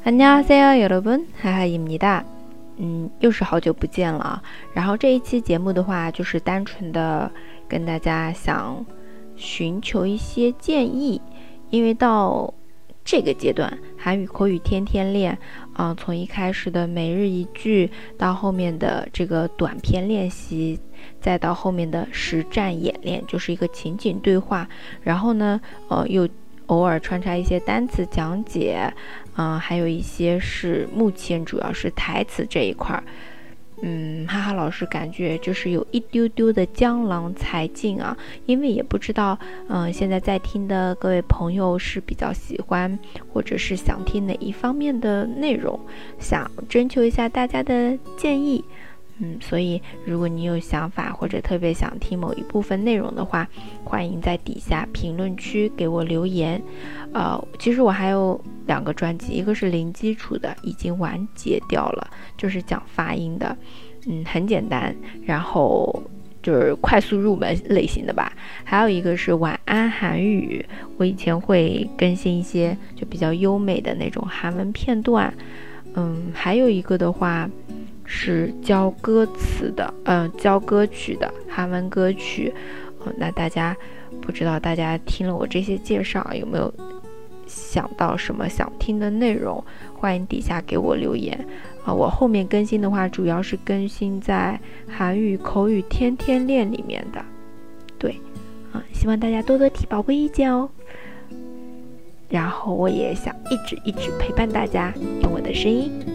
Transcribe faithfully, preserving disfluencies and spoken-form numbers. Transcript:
안녕하세요 여러분, 하하입니다。嗯，又是好久不见了啊。然后这一期节目的话，就是单纯的跟大家想寻求一些建议，因为到这个阶段，韩语口语天天练，啊、呃，从一开始的每日一句，到后面的这个短篇练习，再到后面的实战演练，就是一个情景对话。然后呢，呃，又偶尔穿插一些单词讲解，嗯、呃，还有一些是目前主要是台词这一块儿。嗯，哈哈老师感觉就是有一丢丢的江郎才尽啊，因为也不知道，嗯、呃，现在在听的各位朋友是比较喜欢或者是想听哪一方面的内容，想征求一下大家的建议。嗯，所以如果你有想法或者特别想听某一部分内容的话，欢迎在底下评论区给我留言。呃，其实我还有两个专辑，一个是零基础的，已经完结掉了，就是讲发音的，嗯，很简单，然后就是快速入门类型的吧。还有一个是晚安韩语，我以前会更新一些就比较优美的那种韩文片段。嗯，还有一个的话是教歌词的，嗯、呃，教歌曲的韩文歌曲。呃，那大家不知道大家听了我这些介绍有没有想到什么想听的内容？欢迎底下给我留言啊、呃！我后面更新的话，主要是更新在韩语口语天天练里面的。对，啊、呃，希望大家多多提宝贵意见哦。然后我也想一直一直陪伴大家，用我的声音